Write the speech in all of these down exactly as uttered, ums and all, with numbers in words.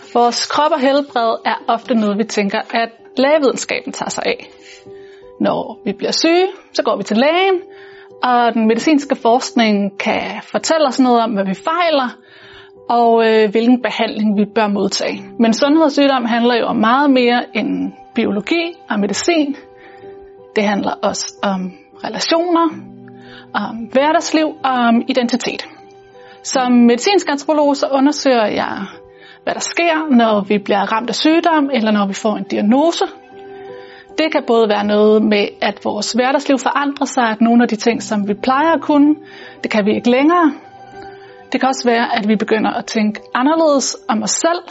Vores krop og helbred er ofte noget, vi tænker, at lægevidenskaben tager sig af. Når vi bliver syge, så går vi til lægen, og den medicinske forskning kan fortælle os noget om, hvad vi fejler, og øh, hvilken behandling vi bør modtage. Men sundhed og sygdom handler jo om meget mere end biologi og medicin. Det handler også om relationer, om hverdagsliv og om identitet. Som medicinsk antropolog så undersøger jeg, hvad der sker, når vi bliver ramt af sygdom, eller når vi får en diagnose. Det kan både være noget med, at vores hverdagsliv forandrer sig, at nogle af de ting, som vi plejer at kunne, det kan vi ikke længere. Det kan også være, at vi begynder at tænke anderledes om os selv.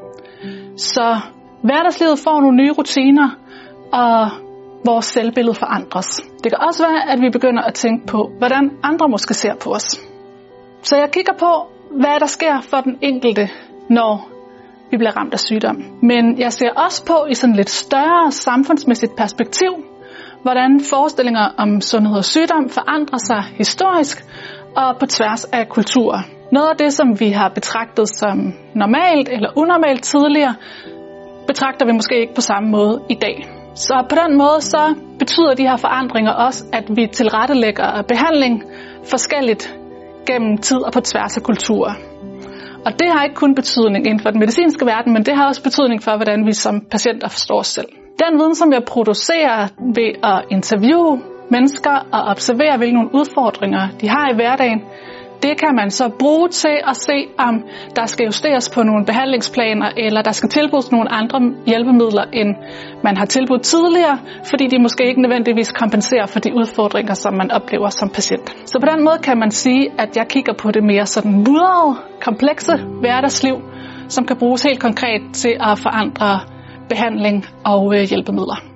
Så hverdagslivet får nogle nye rutiner, og vores selvbillede forandres. Det kan også være, at vi begynder at tænke på, hvordan andre måske ser på os. Så jeg kigger på, hvad der sker for den enkelte, når vi bliver ramt af sygdom. Men jeg ser også på i sådan lidt større samfundsmæssigt perspektiv, hvordan forestillinger om sundhed og sygdom forandrer sig historisk og på tværs af kulturer. Noget af det, som vi har betragtet som normalt eller unormalt tidligere, betragter vi måske ikke på samme måde i dag. Så på den måde så betyder de her forandringer også, at vi tilrettelægger behandling forskelligt gennem tid og på tværs af kulturer. Og det har ikke kun betydning inden for den medicinske verden, men det har også betydning for, hvordan vi som patienter forstår os selv. Den viden, som jeg producerer ved at interviewe mennesker og observere, hvilke nogle udfordringer de har i hverdagen, det kan man så bruge til at se, om der skal justeres på nogle behandlingsplaner, eller der skal tilbydes nogle andre hjælpemidler, end man har tilbudt tidligere, fordi de måske ikke nødvendigvis kompenserer for de udfordringer, som man oplever som patient. Så på den måde kan man sige, at jeg kigger på det mere sådan mudrede, komplekse hverdagsliv, som kan bruges helt konkret til at forandre behandling og hjælpemidler.